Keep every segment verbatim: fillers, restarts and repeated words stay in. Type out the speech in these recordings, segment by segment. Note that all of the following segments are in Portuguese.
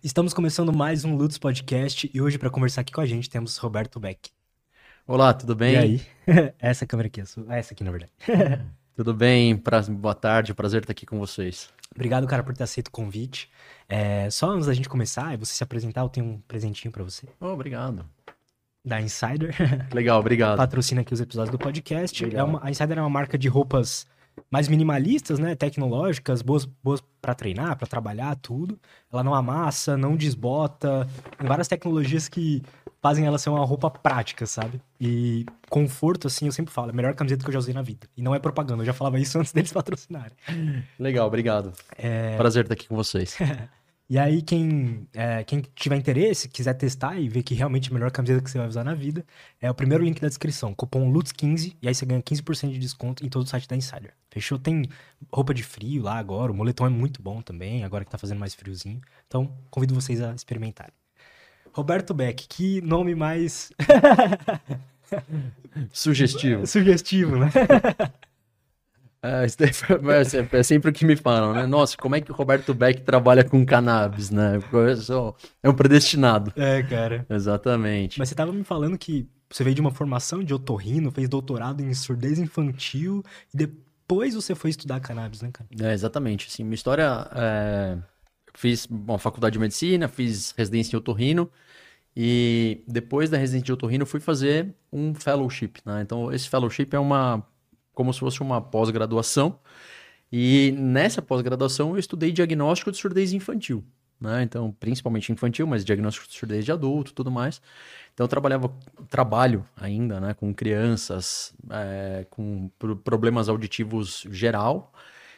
Estamos começando mais um Lutz Podcast e hoje para conversar aqui com a gente temos Roberto Beck. Olá, tudo E bem? aí? Essa câmera aqui, a sua- ah, essa aqui na verdade. Tudo bem? Pra... Boa tarde, prazer estar aqui com vocês. Obrigado, cara, por ter aceito o convite. É, só antes da gente começar e você se apresentar, eu tenho um presentinho para você. Oh, obrigado. Da Insider. Legal, obrigado. Patrocina aqui os episódios do podcast. É Legal. uma, a Insider é uma marca de roupas mais minimalistas, né? Tecnológicas, boas, boas para treinar, para trabalhar, tudo. Ela não amassa, não desbota. Tem várias tecnologias que fazem ela ser uma roupa prática, sabe? E conforto, assim, eu sempre falo, é a melhor camiseta que eu já usei na vida. E não é propaganda, eu já falava isso antes deles patrocinarem. Legal, obrigado. É, Prazer estar aqui com vocês. E aí, quem, é, quem tiver interesse, quiser testar e ver que realmente é a melhor camiseta que você vai usar na vida, é o primeiro link da descrição, cupom Lutz quinze, e aí você ganha quinze por cento de desconto em todo o site da Insider. Fechou? Tem roupa de frio lá agora, o moletom é muito bom também, agora que tá fazendo mais friozinho. Então, convido vocês a experimentarem. Roberto Beck, que nome mais Sugestivo. sugestivo, né? É, isso daí foi- é, é sempre o que me falam, né? Nossa, como é que o Roberto Beck trabalha com cannabis, né? Eu sou- É um predestinado. É, cara. Exatamente. Mas você tava me falando que você veio de uma formação de otorrino, fez doutorado em surdez infantil, e depois você foi estudar cannabis, né, cara? É, exatamente. Assim, minha história é... Fiz bom, faculdade de medicina, fiz residência em otorrino e depois da residência de otorrino fui fazer um fellowship, né? Então esse fellowship é uma como se fosse uma pós-graduação e nessa pós-graduação eu estudei diagnóstico de surdez infantil, né? Então principalmente infantil, mas diagnóstico de surdez de adulto, tudo mais. Então eu trabalhava, trabalho ainda, né, com crianças é, com pro- problemas auditivos geral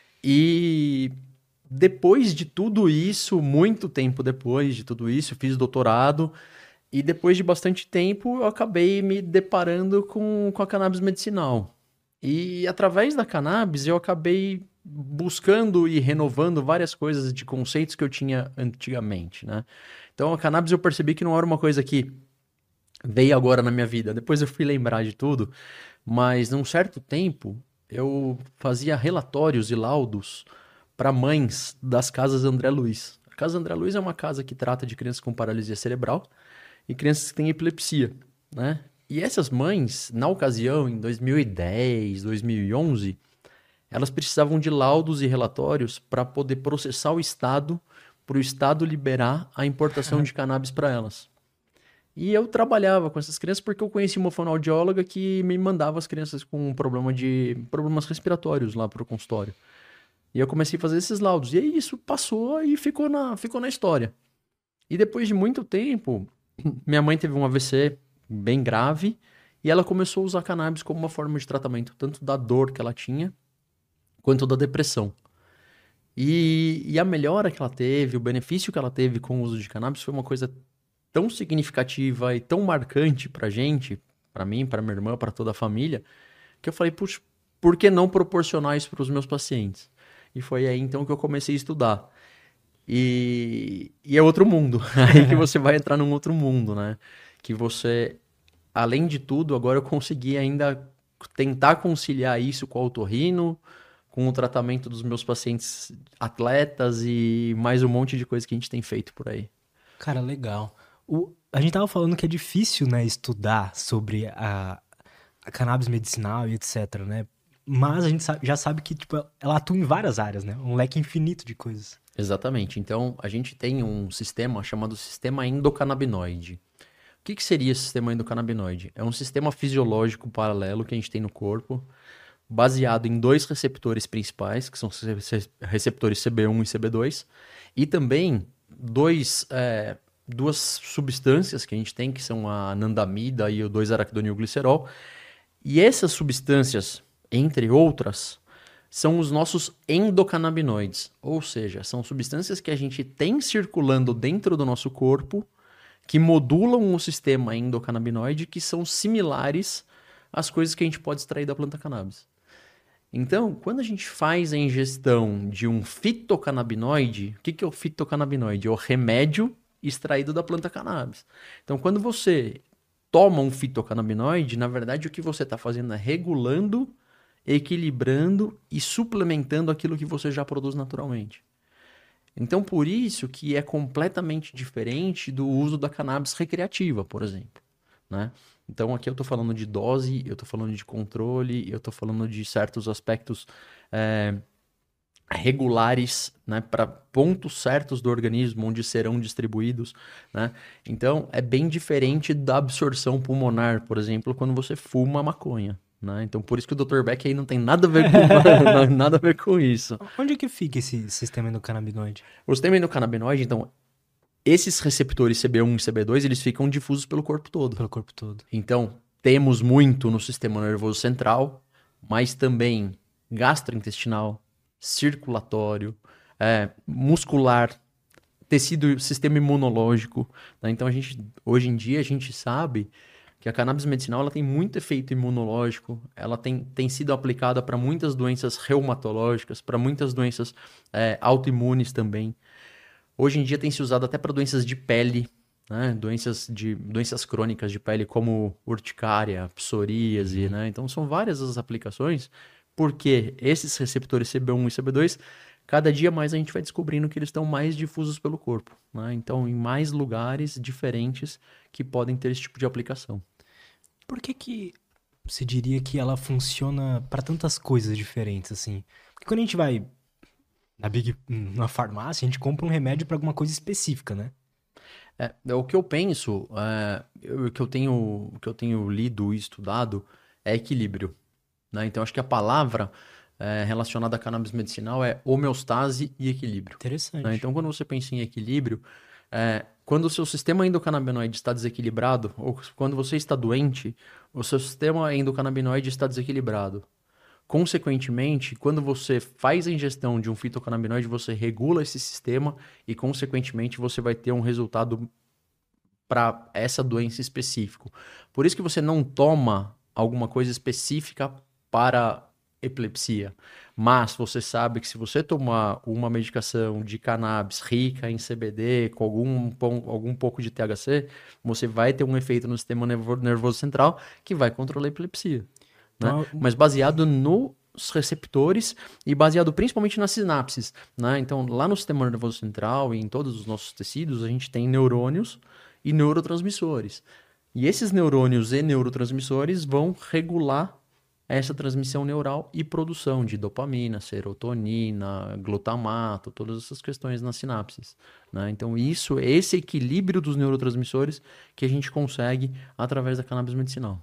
e depois de tudo isso, muito tempo depois de tudo isso, eu fiz doutorado e depois de bastante tempo eu acabei me deparando com, com a cannabis medicinal. E através da cannabis eu acabei buscando e renovando várias coisas de conceitos que eu tinha antigamente, né? Então a cannabis eu percebi que não era uma coisa que veio agora na minha vida. Depois eu fui lembrar de tudo, mas num certo tempo eu fazia relatórios e laudos para mães das casas André Luiz. A Casa André Luiz é uma casa que trata de crianças com paralisia cerebral e crianças que têm epilepsia, né? E essas mães, na ocasião, em dois mil e dez, dois mil e onze, elas precisavam de laudos e relatórios para poder processar o Estado, para o Estado liberar a importação de cannabis para elas. E eu trabalhava com essas crianças porque eu conheci uma fonoaudióloga que me mandava as crianças com problema de problemas respiratórios lá para o consultório. E eu comecei a fazer esses laudos. E aí isso passou e ficou na, ficou na história. E depois de muito tempo, minha mãe teve um A V C bem grave e ela começou a usar cannabis como uma forma de tratamento, tanto da dor que ela tinha, quanto da depressão. E, e a melhora que ela teve, o benefício que ela teve com o uso de cannabis foi uma coisa tão significativa e tão marcante pra gente, pra mim, pra minha irmã, pra toda a família, que eu falei, puxa, por que não proporcionar isso para os meus pacientes? E foi aí então que eu comecei a estudar. E, e é outro mundo. Aí que você vai entrar num outro mundo, né? Que você, além de tudo, agora eu consegui ainda tentar conciliar isso com o otorrino, com o tratamento dos meus pacientes atletas e mais um monte de coisa que a gente tem feito por aí. Cara, legal. O, a gente tava falando que é difícil, né, estudar sobre a, a cannabis medicinal e etc, né? Mas a gente sabe- já sabe que, tipo, ela atua em várias áreas, né? Um leque infinito de coisas. Exatamente. Então, a gente tem um sistema chamado sistema endocannabinoide. O que que seria esse sistema endocannabinoide? É um sistema fisiológico paralelo que a gente tem no corpo, baseado em dois receptores principais, que são os rece- receptores C B um e C B dois, e também dois, é, duas substâncias que a gente tem, que são a anandamida e o dois araquidonilglicerol. E essas substâncias, entre outras, são os nossos endocannabinoides, ou seja, são substâncias que a gente tem circulando dentro do nosso corpo que modulam o sistema endocannabinoide, que são similares às coisas que a gente pode extrair da planta cannabis. Então, quando a gente faz a ingestão de um fitocannabinoide, o que que é o fitocannabinoide? É o remédio extraído da planta cannabis. Então, quando você toma um fitocannabinoide, na verdade o que você está fazendo é regulando, equilibrando e suplementando aquilo que você já produz naturalmente. Então, por isso que é completamente diferente do uso da cannabis recreativa, por exemplo, né? Então, aqui eu estou falando de dose, eu estou falando de controle, eu estou falando de certos aspectos é, regulares, né, para pontos certos do organismo onde serão distribuídos, né? Então, é bem diferente da absorção pulmonar, por exemplo, quando você fuma maconha. Né? Então, por isso que o doutor Beck aí não tem nada a ver com, nada a ver com isso. Onde é que fica esse sistema endocannabinoide? O sistema endocannabinoide, então, esses receptores C B um e C B dois, eles ficam difusos pelo corpo todo. Pelo corpo todo. Então, temos muito no sistema nervoso central, mas também gastrointestinal, circulatório, é, muscular, tecido, sistema imunológico. Né? Então, a gente, hoje em dia, a gente sabe que a cannabis medicinal ela tem muito efeito imunológico, ela tem, tem sido aplicada para muitas doenças reumatológicas, para muitas doenças é, autoimunes também. Hoje em dia tem se usado até para doenças de pele, né? doenças, de, doenças crônicas de pele como urticária, psoríase. Uhum. Né? Então são várias as aplicações, porque esses receptores C B um e C B dois, cada dia mais a gente vai descobrindo que eles estão mais difusos pelo corpo. Né? Então, em mais lugares diferentes que podem ter esse tipo de aplicação. Por que que você diria que ela funciona para tantas coisas diferentes, assim? Porque quando a gente vai na Big, na farmácia, a gente compra um remédio para alguma coisa específica, né? É, o que eu penso, é, o, que eu tenho, o que eu tenho lido e estudado é equilíbrio. Né? Então, acho que a palavra é, relacionada à cannabis medicinal é homeostase e equilíbrio. Interessante. Né? Então, quando você pensa em equilíbrio, é, quando o seu sistema endocannabinoide está desequilibrado, ou quando você está doente, o seu sistema endocannabinoide está desequilibrado. Consequentemente, quando você faz a ingestão de um fitocannabinoide, você regula esse sistema e, consequentemente, você vai ter um resultado para essa doença específica. Por isso que você não toma alguma coisa específica para epilepsia. Mas você sabe que se você tomar uma medicação de cannabis rica em C B D, com algum, algum pouco de T H C, você vai ter um efeito no sistema nervoso central que vai controlar a epilepsia. Né? Mas baseado nos receptores e baseado principalmente nas sinapses. Né? Então, lá no sistema nervoso central e em todos os nossos tecidos, a gente tem neurônios e neurotransmissores. E esses neurônios e neurotransmissores vão regular essa transmissão neural e produção de dopamina, serotonina, glutamato, todas essas questões nas sinapses. Né? Então, isso, esse equilíbrio dos neurotransmissores que a gente consegue através da cannabis medicinal.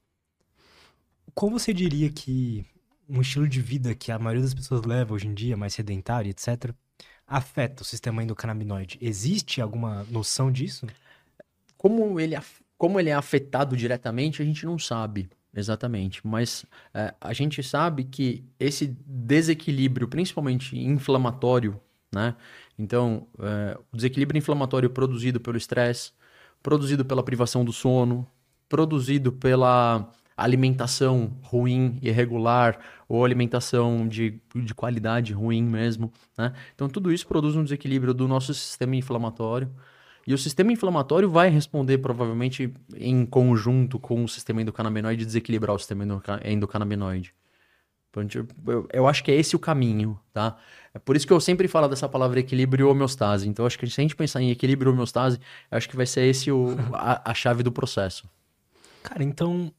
Como você diria que um estilo de vida que a maioria das pessoas leva hoje em dia, mais sedentário, etcétera, afeta o sistema endocannabinoide? Existe alguma noção disso? Como ele, como ele é afetado diretamente, a gente não sabe exatamente. Mas é, a gente sabe que esse desequilíbrio, principalmente inflamatório, né? Então, é, o desequilíbrio inflamatório produzido pelo estresse, produzido pela privação do sono, produzido pela alimentação ruim, irregular, ou alimentação de, de qualidade ruim mesmo, né? Então, tudo isso produz um desequilíbrio do nosso sistema inflamatório. E o sistema inflamatório vai responder, provavelmente, em conjunto com o sistema endocannabinoide, desequilibrar o sistema endocannabinoide. Eu, eu acho que é esse o caminho, tá? É por isso que eu sempre falo dessa palavra equilíbrio e homeostase. Então, acho que se a gente pensar em equilíbrio e homeostase, eu acho que vai ser esse o, a, a chave do processo. Cara, então...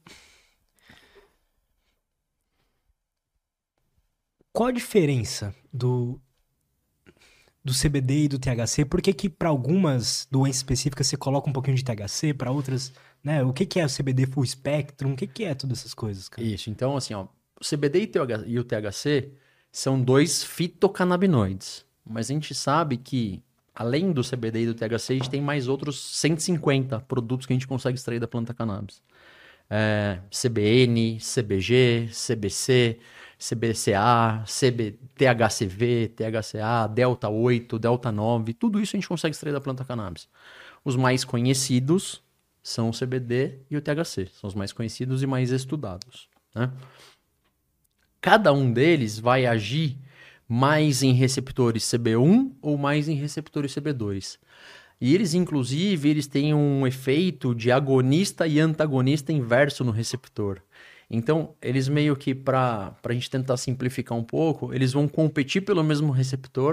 Qual a diferença do, do C B D e do T H C? Por que que para algumas doenças específicas você coloca um pouquinho de T H C, para outras, né? O que que é o C B D full spectrum? O que que é todas essas coisas, cara? Isso, então assim, ó, o C B D e o T H C são dois fitocannabinoides, mas a gente sabe que além do C B D e do T H C, a gente tem mais outros cento e cinquenta produtos que a gente consegue extrair da planta cannabis. É, C B N, C B G, C B C, C B C A, C B, T H C V, T H C A, Delta oito, Delta nove, tudo isso a gente consegue extrair da planta cannabis. Os mais conhecidos são o C B D e o T H C, são os mais conhecidos e mais estudados. Né? Cada um deles vai agir mais em receptores C B um ou mais em receptores C B dois. E eles, inclusive, eles têm um efeito de agonista e antagonista inverso no receptor. Então, eles meio que, para a gente tentar simplificar um pouco, eles vão competir pelo mesmo receptor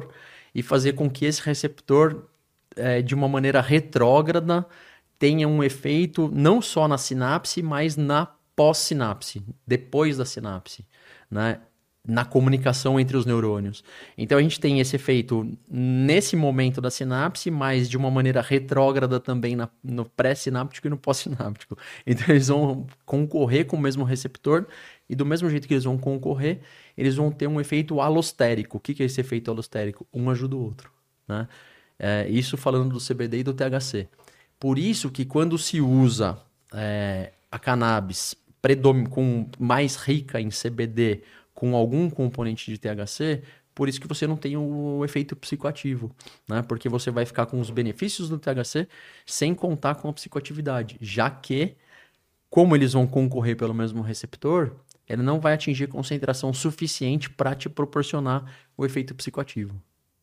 e fazer com que esse receptor, é, de uma maneira retrógrada, tenha um efeito não só na sinapse, mas na pós-sinapse, depois da sinapse, né? Na comunicação entre os neurônios. Então a gente tem esse efeito nesse momento da sinapse, mas de uma maneira retrógrada também na, no pré-sináptico e no pós-sináptico. Então eles vão concorrer com o mesmo receptor e do mesmo jeito que eles vão concorrer, eles vão ter um efeito alostérico. O que é esse efeito alostérico? Um ajuda o outro, né? É, isso falando do C B D e do T H C. Por isso que quando se usa é, a cannabis predom- com mais rica em C B D com algum componente de T H C, por isso que você não tem o efeito psicoativo, né? Porque você vai ficar com os benefícios do T H C sem contar com a psicoatividade, já que, como eles vão concorrer pelo mesmo receptor, ele não vai atingir concentração suficiente para te proporcionar o efeito psicoativo.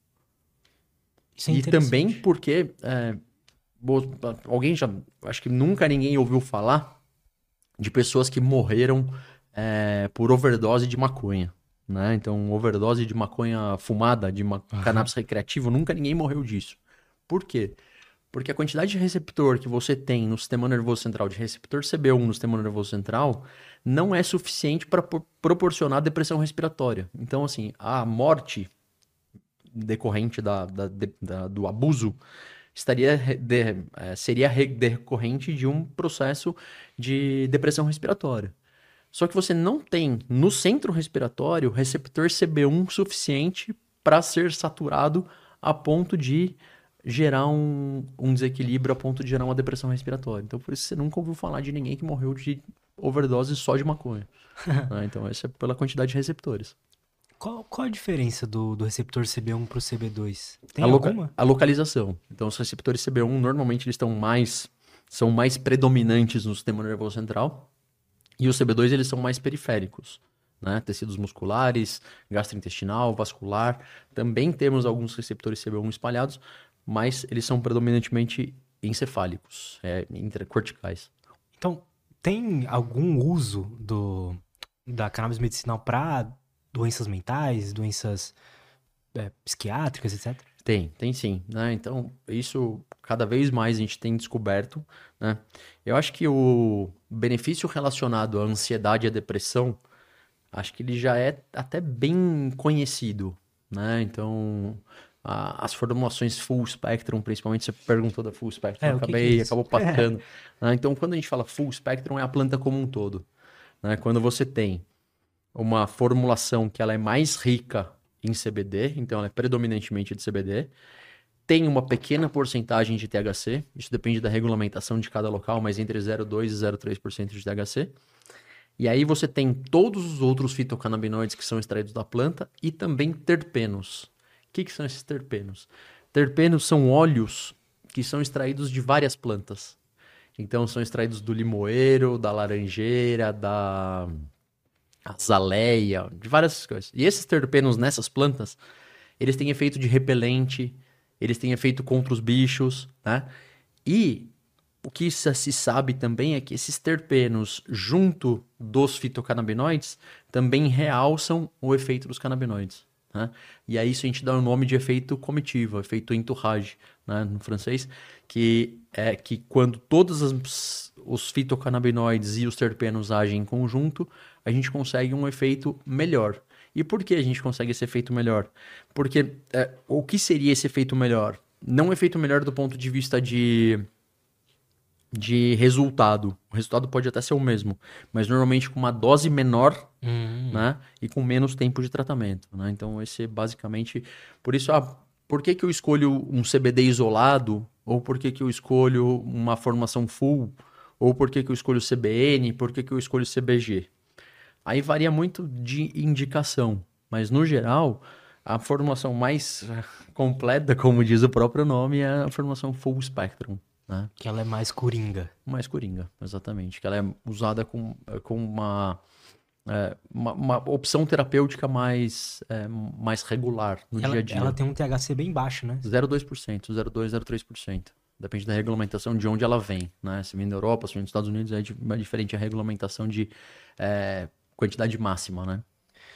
Isso é E interessante. também porque é, alguém já, acho que nunca ninguém ouviu falar de pessoas que morreram É, por overdose de maconha, né? Então, overdose de maconha fumada, de ma- Aham. cannabis recreativo, nunca ninguém morreu disso. Por quê? Porque a quantidade de receptor que você tem no sistema nervoso central, de receptor C B um no sistema nervoso central, não é suficiente para proporcionar depressão respiratória. Então, assim, a morte decorrente da, da- de- da- do abuso estaria re- de- eh, seria re- decorrente de um processo de depressão respiratória. Só que você não tem no centro respiratório receptor C B um suficiente para ser saturado a ponto de gerar um, um desequilíbrio, a ponto de gerar uma depressão respiratória. Então, por isso você nunca ouviu falar de ninguém que morreu de overdose só de maconha, né? Então, essa é pela quantidade de receptores. Qual, qual a diferença do, do receptor C B um pro C B dois? Tem a, loca- alguma? a localização. Então, os receptores C B um normalmente eles estão mais, são mais predominantes no sistema nervoso central. E os C B dois, eles são mais periféricos, né? Tecidos musculares, gastrointestinal, vascular. Também temos alguns receptores C B um espalhados, mas eles são predominantemente encefálicos, é, intracorticais. Então, tem algum uso do, da cannabis medicinal para doenças mentais, doenças é, psiquiátricas, etcétera? Tem, tem sim, né? Então, isso cada vez mais a gente tem descoberto, né? Eu acho que o benefício relacionado à ansiedade e à depressão, acho que ele já é até bem conhecido, né? Então, a- as formulações full spectrum, principalmente você perguntou da full spectrum, É, eu o que que é acabei, isso? acabou passando, né? Então, quando a gente fala full spectrum, é a planta como um todo, né? Quando você tem uma formulação que ela é mais rica em C B D, então ela é predominantemente de C B D, tem uma pequena porcentagem de T H C, isso depende da regulamentação de cada local, mas entre zero vírgula dois por cento e zero vírgula três por cento de T H C. E aí você tem todos os outros fitocannabinoides que são extraídos da planta e também terpenos. O que, que são esses terpenos? Terpenos são óleos que são extraídos de várias plantas. Então são extraídos do limoeiro, da laranjeira, da azaleia, de várias coisas. E esses terpenos nessas plantas, eles têm efeito de repelente, eles têm efeito contra os bichos, né? E o que se sabe também é que esses terpenos, junto dos fitocannabinoides, também realçam o efeito dos canabinoides, né? E a isso a gente dá o nome de efeito comitiva, efeito entourage, né, no francês, que é que quando todos as, os fitocannabinoides e os terpenos agem em conjunto, a gente consegue um efeito melhor. E por que a gente consegue esse efeito melhor? Porque é, o que seria esse efeito melhor? Não um efeito melhor do ponto de vista de, de resultado. O resultado pode até ser o mesmo, mas normalmente com uma dose menor, Hum. né, e com menos tempo de tratamento, né? Então esse é basicamente... Por isso, ah, por que, que eu escolho um C B D isolado? Ou por que, que eu escolho uma formação full? Ou por que, que eu escolho C B N? Por que, que eu escolho C B G? Aí varia muito de indicação, mas no geral, a formulação mais completa, como diz o próprio nome, é a formulação full spectrum, né? Que ela é mais coringa. Mais coringa, exatamente. Que ela é usada com, com uma, é, uma, uma opção terapêutica mais, é, mais regular no Ela, dia a dia. ela tem um T H C bem baixo, né? zero vírgula dois por cento, zero vírgula dois por cento, zero vírgula três por cento. Depende da regulamentação de onde ela vem, né? Se vem da Europa, se vem dos Estados Unidos, é, di- é diferente a regulamentação de é, quantidade máxima, né?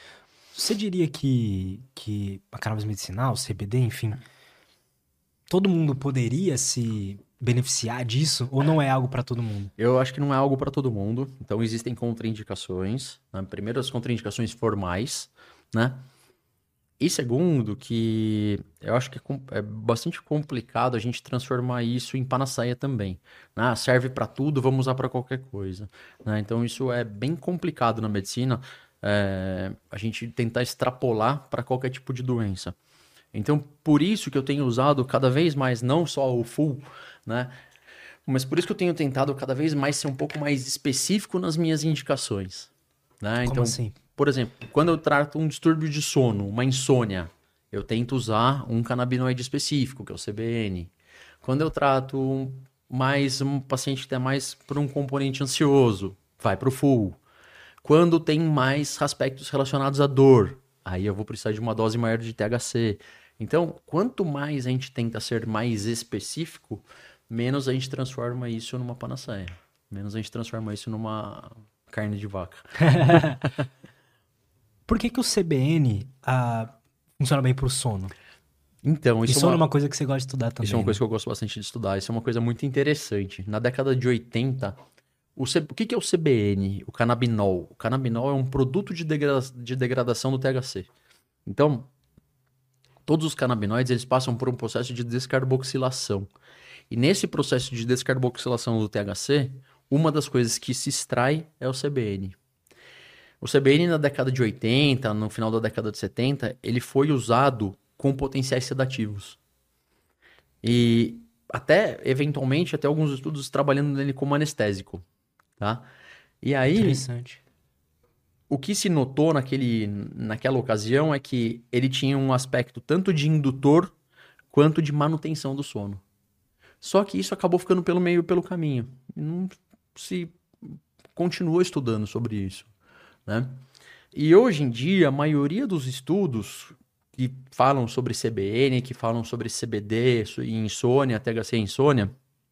Você diria que, que a cannabis medicinal, C B D, enfim, todo mundo poderia se beneficiar disso ou não é algo para todo mundo? Eu acho que não é algo para todo mundo, então existem contraindicações, né? Primeiro, as contraindicações formais, né? E segundo, que eu acho que é, com- é bastante complicado a gente transformar isso em panaceia também, né? Serve para tudo, vamos usar para qualquer coisa, né? Então isso é bem complicado na medicina, é, a gente tentar extrapolar para qualquer tipo de doença. Então, por isso que eu tenho usado cada vez mais, não só o full, né? Mas por isso que eu tenho tentado cada vez mais ser um pouco mais específico nas minhas indicações, né? Como Então, assim? por exemplo, quando eu trato um distúrbio de sono, uma insônia, eu tento usar um canabinoide específico, que é o C B N. Quando eu trato um- mais um paciente que tem mais por um componente ansioso, vai para o full. Quando tem mais aspectos relacionados à dor, aí eu vou precisar de uma dose maior de T H C. Então, quanto mais a gente tenta ser mais específico, menos a gente transforma isso numa panaceia. Menos a gente transforma isso numa carne de vaca. Por que que o C B N ah, funciona bem pro sono? Então, E isso é sono é uma, uma coisa que você gosta de estudar também, isso é uma coisa né? que eu gosto bastante de estudar. Isso é uma coisa muito interessante. Na década de oitenta, o, C... o que que é o C B N? O canabinol. O canabinol é um produto de, degra... de degradação do T H C. Então, todos os canabinoides eles passam por um processo de descarboxilação. E nesse processo de descarboxilação do T H C, uma das coisas que se extrai é o C B N. O C B N na década de oitenta, no final da década de setenta, ele foi usado com potenciais sedativos. E até, eventualmente, até alguns estudos trabalhando nele como anestésico, tá? E aí, Interessante. o que se notou naquele, naquela ocasião é que ele tinha um aspecto tanto de indutor quanto de manutenção do sono. Só que isso acabou ficando pelo meio pelo caminho. Não se continuou estudando sobre isso, né? E hoje em dia, a maioria dos estudos que falam sobre C B N, que falam sobre C B D, su- e insônia, T H C e insônia,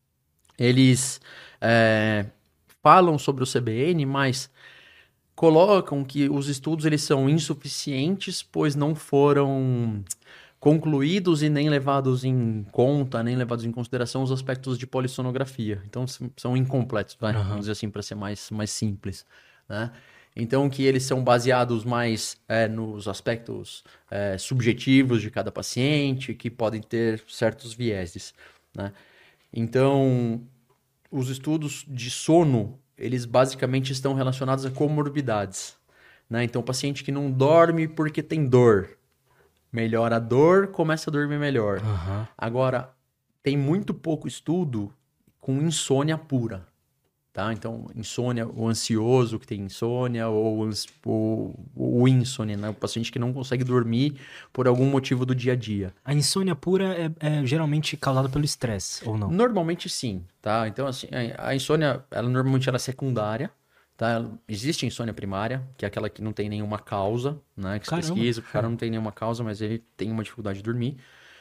eles é, falam sobre o C B N, mas colocam que os estudos eles são insuficientes, pois não foram concluídos e nem levados em conta, nem levados em consideração os aspectos de polissonografia. Então s- são incompletos, vai, vamos Aham. dizer assim, para ser mais, mais simples, né? Então que eles são baseados mais é, nos aspectos é, subjetivos de cada paciente, que podem ter certos vieses, né? Então, os estudos de sono, eles basicamente estão relacionados a comorbidades, né? Então, o paciente que não dorme porque tem dor, melhora a dor, começa a dormir melhor. Aham. Agora, tem muito pouco estudo com insônia pura, tá? Então, insônia, o ansioso que tem insônia, ou ans- o, o insônia, né? O paciente que não consegue dormir por algum motivo do dia a dia. A insônia pura é, é geralmente causada pelo estresse, ou não? Normalmente sim, tá? Então, assim, a a insônia, ela normalmente ela é secundária, tá? Existe a insônia primária, que é aquela que não tem nenhuma causa, né? Que se Caramba. pesquisa, o cara não tem nenhuma causa, mas ele tem uma dificuldade de dormir.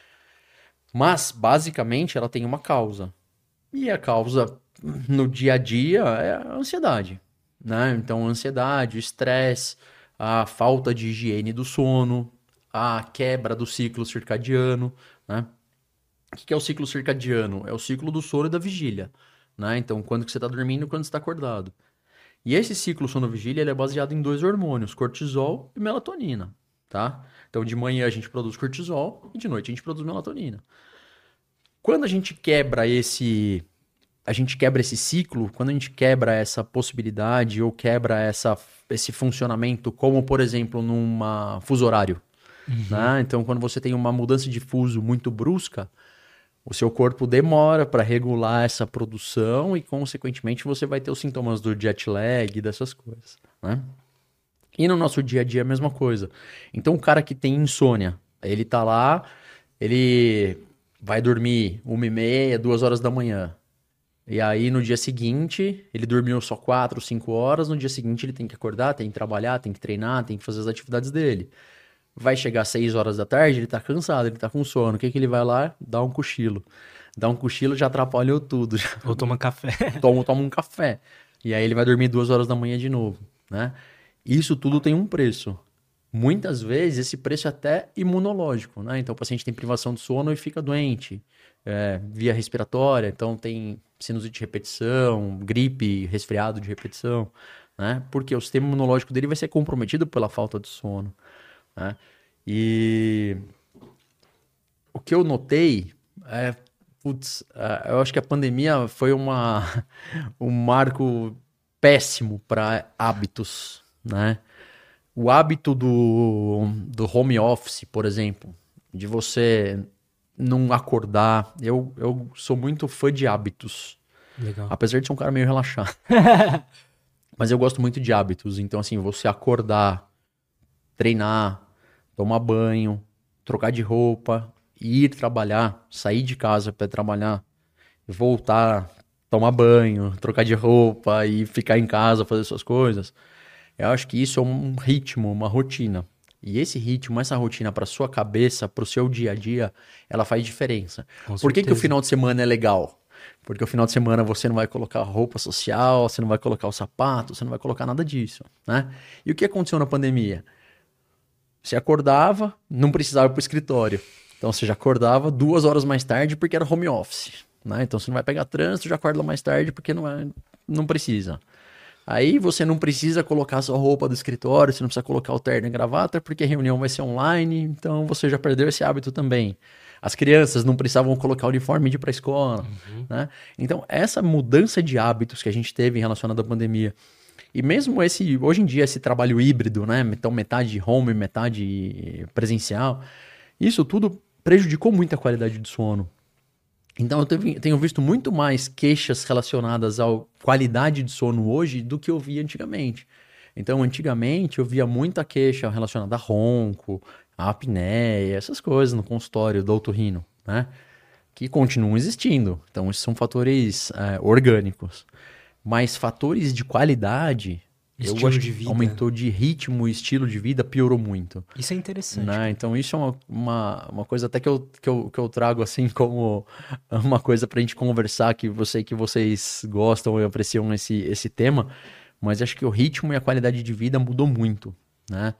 Mas, basicamente, ela tem uma causa. E a causa no dia a dia é a ansiedade, né? Então, ansiedade, estresse, a falta de higiene do sono, a quebra do ciclo circadiano, né? O que que é o ciclo circadiano? É o ciclo do sono e da vigília, né? Então, quando que você está dormindo e quando você está acordado. E esse ciclo sono-vigília ele é baseado em dois hormônios, cortisol e melatonina, tá? Então, de manhã a gente produz cortisol e de noite a gente produz melatonina. Quando a gente quebra esse, a gente quebra esse ciclo, quando a gente quebra essa possibilidade ou quebra essa, esse funcionamento, como por exemplo numa fuso horário, né? Então, quando você tem uma mudança de fuso muito brusca, o seu corpo demora para regular essa produção e, consequentemente, você vai ter os sintomas do jet lag, dessas coisas, né? E no nosso dia a dia é a mesma coisa. Então, o cara que tem insônia, ele tá lá, ele vai dormir uma e meia, duas horas da manhã. E aí, no dia seguinte, ele dormiu só quatro, cinco horas. No dia seguinte, ele tem que acordar, tem que trabalhar, tem que treinar, tem que fazer as atividades dele. Vai chegar às seis horas da tarde, ele tá cansado, ele tá com sono. O que que ele vai lá? Dá um cochilo. Dá um cochilo já atrapalhou tudo. Já Ou toma café. toma, toma um café. E aí ele vai dormir duas horas da manhã de novo, né? Isso tudo tem um preço. Muitas vezes esse preço é até imunológico, né? Então o paciente tem privação de sono e fica doente, é, via respiratória, então tem sinusite de repetição, gripe, resfriado de repetição, né? Porque o sistema imunológico dele vai ser comprometido pela falta de sono, né? E o que eu notei é, putz, é, eu acho que a pandemia foi uma, um marco péssimo para hábitos, né? O hábito do, do home office, por exemplo, de você não acordar. Eu, eu sou muito fã de hábitos. Legal. Apesar de ser um cara meio relaxado. Mas eu gosto muito de hábitos. Então, assim, você acordar, treinar, tomar banho, trocar de roupa, ir trabalhar, sair de casa para trabalhar, voltar, tomar banho, trocar de roupa e ficar em casa, fazer suas coisas. Eu acho que isso é um ritmo, uma rotina. E esse ritmo, essa rotina para sua cabeça, para o seu dia a dia, ela faz diferença. Com Por que que o certeza. final de semana é legal? Porque o final de semana você não vai colocar roupa social, você não vai colocar o sapato, você não vai colocar nada disso, né? E o que aconteceu na pandemia? Você acordava, não precisava ir para o escritório. Então você já acordava duas horas mais tarde porque era home office, né? Então você não vai pegar trânsito, já acorda mais tarde porque não, é, não precisa. Aí você não precisa colocar sua roupa do escritório, você não precisa colocar o terno e gravata, porque a reunião vai ser online, então você já perdeu esse hábito também. As crianças não precisavam colocar o uniforme e ir para a escola, Uhum. né? Então, essa mudança de hábitos que a gente teve em relação à pandemia, e mesmo esse, hoje em dia, esse trabalho híbrido, né? Então, metade home, metade presencial, isso tudo prejudicou muito a qualidade do sono. Então, eu teve- tenho visto muito mais queixas relacionadas à qualidade de sono hoje do que eu via antigamente. Então, antigamente, eu via muita queixa relacionada a ronco, a apneia, essas coisas no consultório do otorrino, né? Que continuam existindo. Então, esses são fatores é, orgânicos. Mas fatores de qualidade, eu Estilo acho de que vida. aumentou de ritmo e estilo de vida, piorou muito. Isso é interessante. Né? Então isso é uma, uma, uma coisa até que eu, que, eu, que eu trago assim como uma coisa pra gente conversar, que eu sei que vocês gostam e apreciam esse, esse tema, mas acho que o ritmo e a qualidade de vida mudou muito, né?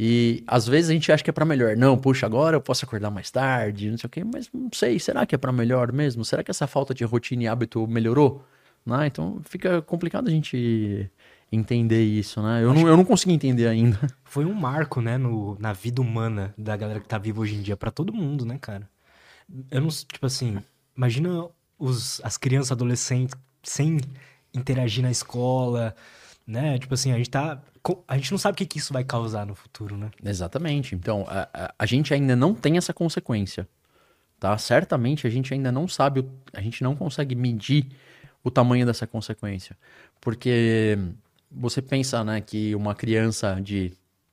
E às vezes a gente acha que é pra melhor. Não, puxa, agora eu posso acordar mais tarde, não sei o quê, mas não sei, será que é pra melhor mesmo? Será que essa falta de rotina e hábito melhorou? Né? Então fica complicado a gente entender isso, né? Eu, Acho não, eu não consigo entender ainda. Foi um marco, né, no, na vida humana da galera que tá viva hoje em dia, pra todo mundo, né, cara? Eu não, tipo assim, imagina os, as crianças, adolescentes sem interagir na escola, né? Tipo assim, a gente tá, co- a gente não sabe o que que isso vai causar no futuro, né? Exatamente. Então, a, a, a gente ainda não tem essa consequência, tá? Certamente a gente ainda não sabe, o- a gente não consegue medir o tamanho dessa consequência. Porque você pensa, né, que uma criança de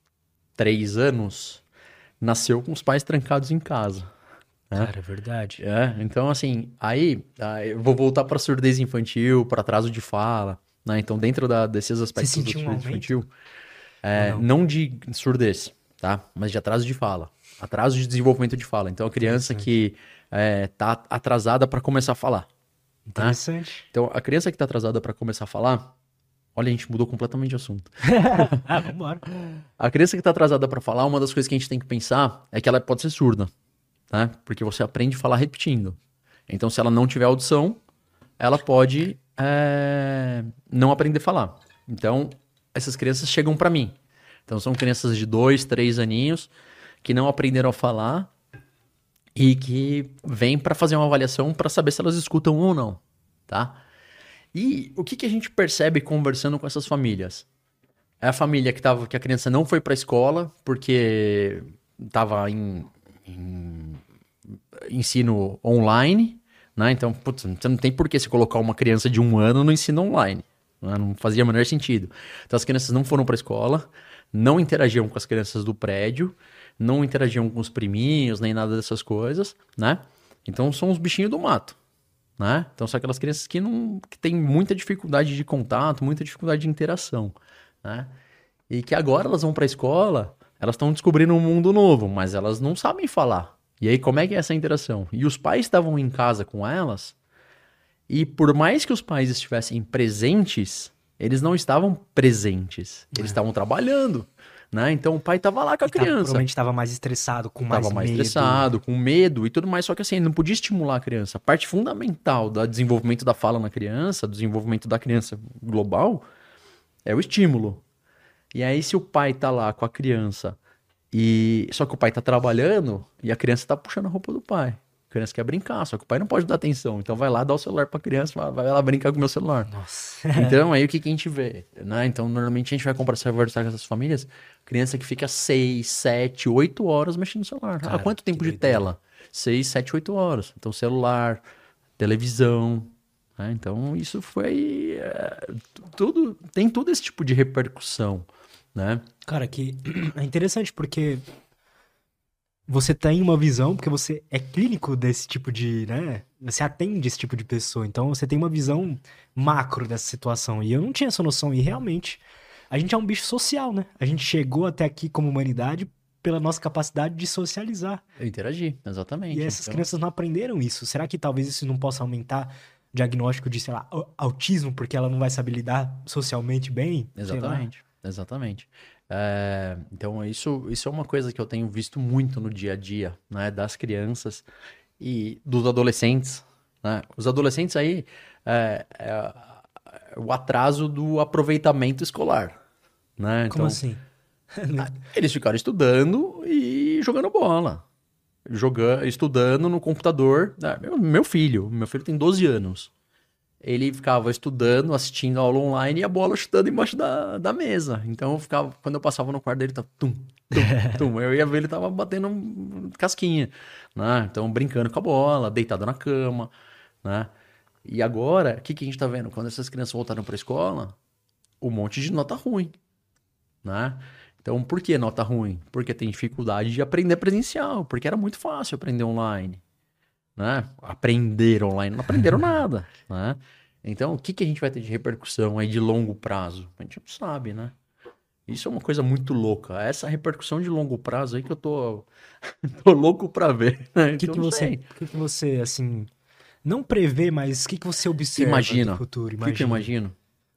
três anos nasceu com os pais trancados em casa, né? Cara, é verdade. É, então assim, aí, aí eu vou voltar para surdez infantil, para atraso de fala, né? Então, dentro da- desses aspectos da sentiu um surdez aumento? infantil, é, Ou não? não? de surdez, tá? Mas de atraso de fala, atraso de desenvolvimento de fala. Então, a criança que é, tá atrasada para começar a falar, né? Interessante. Então, a criança que tá atrasada para começar a falar, olha, a gente mudou completamente de assunto. Ah, vambora. A criança que tá atrasada para falar, uma das coisas que a gente tem que pensar é que ela pode ser surda, né? Porque você aprende a falar repetindo. Então, se ela não tiver audição, ela pode é, não aprender a falar. Então, essas crianças chegam para mim. Então, são crianças de dois, três aninhos que não aprenderam a falar e que vêm para fazer uma avaliação para saber se elas escutam ou não, tá? E o que, que a gente percebe conversando com essas famílias? É a família que, tava, que a criança não foi para a escola porque estava em, em ensino online, né? Então, putz, você não tem por que você colocar uma criança de um ano no ensino online, né? Não fazia o menor sentido. Então, as crianças não foram para a escola, não interagiam com as crianças do prédio, não interagiam com os priminhos, nem nada dessas coisas, né? Então, são os bichinhos do mato, né? Então, são aquelas crianças que, não, que têm muita dificuldade de contato, muita dificuldade de interação, né? E que agora elas vão para a escola, elas estão descobrindo um mundo novo, mas elas não sabem falar. E aí, como é que é essa interação? E os pais estavam em casa com elas, e por mais que os pais estivessem presentes, eles não estavam presentes. Eles estavam trabalhando, né? Então o pai tava lá com a E tá- criança. provavelmente estava mais estressado, com mais Tava mais medo. estressado, com medo e tudo mais, só que assim, ele não podia estimular a criança. A parte fundamental do desenvolvimento da fala na criança, do desenvolvimento da criança global, é o estímulo. E aí, se o pai tá lá com a criança, e só que o pai tá trabalhando, e a criança tá puxando a roupa do pai. A criança quer brincar, só que o pai não pode dar atenção. Então vai lá, dá o celular pra criança, vai vai lá brincar com o meu celular. Nossa. Então, aí o que, que a gente vê? Né? Então, normalmente a gente vai comprar essa conversar com essas famílias, criança que fica seis, sete, oito horas mexendo no celular. Cara, ah, quanto tempo que de doideira. tela? seis, sete, oito horas. Então, celular, televisão. Né? Então, isso foi. é, tudo, tem todo esse tipo de repercussão. Né? Cara, que é interessante porque você tem uma visão, porque você é clínico desse tipo de, né? Você atende esse tipo de pessoa, então você tem uma visão macro dessa situação. E eu não tinha essa noção, e realmente, a gente é um bicho social, né? A gente chegou até aqui como humanidade pela nossa capacidade de socializar. Eu interagi, exatamente. E essas Então, crianças não aprenderam isso. Será que talvez isso não possa aumentar o diagnóstico de, sei lá, au- autismo, porque ela não vai saber lidar socialmente bem? Sei lá. Exatamente, exatamente. É, então, isso, isso é uma coisa que eu tenho visto muito no dia a dia, né, das crianças e dos adolescentes, né? Os adolescentes aí, é, é, é o atraso do aproveitamento escolar, né? Como Então, assim? eles ficaram estudando e jogando bola, jogando, estudando no computador. né? Meu, meu filho, meu filho tem doze anos. Ele ficava estudando, assistindo aula online e a bola chutando embaixo da, da mesa. Então, eu ficava, quando eu passava no quarto dele, tava tum, tum, tum. Eu ia ver ele tava batendo um casquinha, né? Então, brincando com a bola, deitado na cama, né? E agora, o que, que a gente tá vendo? Quando essas crianças voltaram pra escola, um monte de nota ruim, né? Então, por que nota ruim? Porque tem dificuldade de aprender presencial, porque era muito fácil aprender online. Né? Aprender online, não aprenderam nada, né? Então, o que, que a gente vai ter de repercussão aí de longo prazo? A gente não sabe, né? Isso é uma coisa muito louca. Essa repercussão de longo prazo aí que eu tô, tô louco pra ver. Né? O que, Então, que não você, sei. o que, que você, assim, não prevê, mas o que, que você observa Imagina. do futuro? O que, que eu imagino?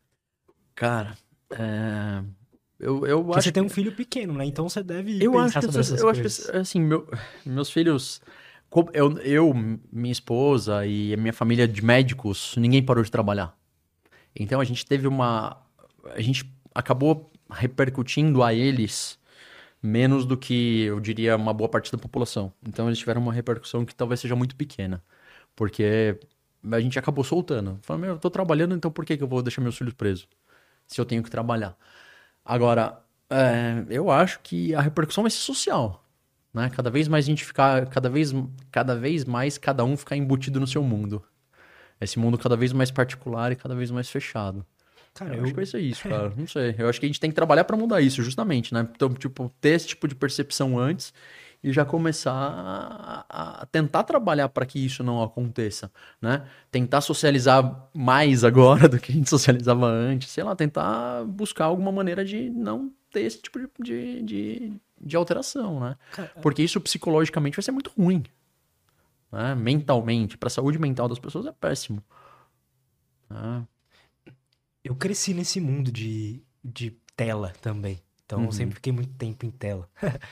Cara, é... eu, eu Porque acho você tem um que- filho pequeno, né? Então você deve eu pensar acho que sobre essas- essas eu acho coisas. que assim, meu- meus filhos, como eu, eu, minha esposa e a minha família de médicos, ninguém parou de trabalhar. Então a gente teve uma, a gente acabou repercutindo a eles menos do que eu diria uma boa parte da população. Então eles tiveram uma repercussão que talvez seja muito pequena, porque a gente acabou soltando. Falando, meu, eu tô trabalhando, então por que que eu vou deixar meus filhos presos? Se eu tenho que trabalhar. Agora, é, eu acho que a repercussão vai ser social, né? Cada vez mais a gente ficar, cada vez, cada vez mais cada um ficar embutido no seu mundo. Esse mundo cada vez mais particular e cada vez mais fechado. Cara, Eu eu, acho que vai ser isso, cara. Não sei. Eu acho que a gente tem que trabalhar pra mudar isso, justamente, né? Então, tipo, ter esse tipo de percepção antes e já começar a, a tentar trabalhar para que isso não aconteça, né? Tentar socializar mais agora do que a gente socializava antes. Sei lá, tentar buscar alguma maneira de não ter esse tipo de, de, de, de alteração, né? cara, Porque isso psicologicamente vai ser muito ruim, né? Mentalmente, pra saúde mental das pessoas é péssimo. né? eu cresci nesse mundo de, de tela também. Então eu Uhum. sempre fiquei muito tempo em tela.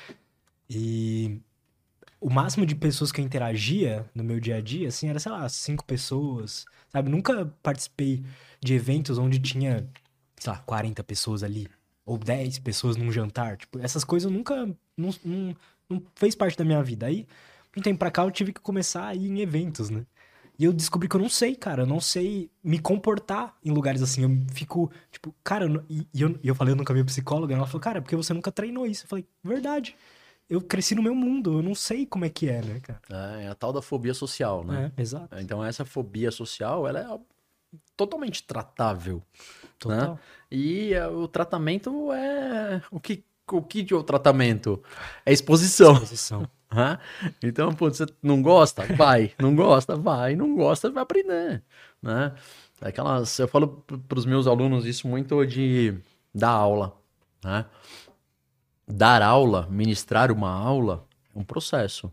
E o máximo de pessoas que eu interagia no meu dia a dia, assim, era, sei lá, cinco pessoas, sabe? Nunca participei de eventos onde tinha, sei lá, quarenta pessoas ali, ou dez pessoas num jantar. Tipo, essas coisas eu nunca, não, não, não fez parte da minha vida. Aí, de um tempo pra cá, eu tive que começar a ir em eventos, né? E eu descobri que eu não sei, cara, eu não sei me comportar em lugares assim. Eu fico, tipo, cara, eu não- e, e eu, e eu falei, eu nunca vi psicóloga, e ela falou, cara, porque você nunca treinou isso. Eu falei, verdade. Eu cresci no meu mundo, eu não sei como é que é, né, cara? É a tal da fobia social, né? É, exato. Então essa fobia social, ela é totalmente tratável, né? Total. E é, o tratamento é o que o que é o tratamento? É exposição. Posição. né? Então, pô, você não gosta? Vai. Não gosta? Vai. Não gosta? Vai aprender, né? Aquelas, eu falo para os meus alunos isso muito de dar aula, né? Dar aula, ministrar uma aula é um processo.